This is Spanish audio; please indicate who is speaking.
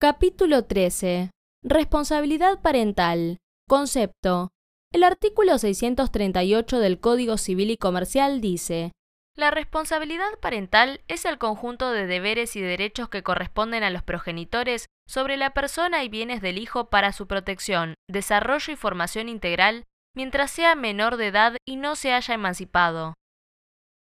Speaker 1: Capítulo 13. Responsabilidad parental. Concepto. El artículo 638 del Código Civil y Comercial dice: la responsabilidad parental es el conjunto de deberes y derechos que corresponden a los progenitores sobre la persona y bienes del hijo para su protección, desarrollo y formación integral mientras sea menor de edad y no se haya emancipado.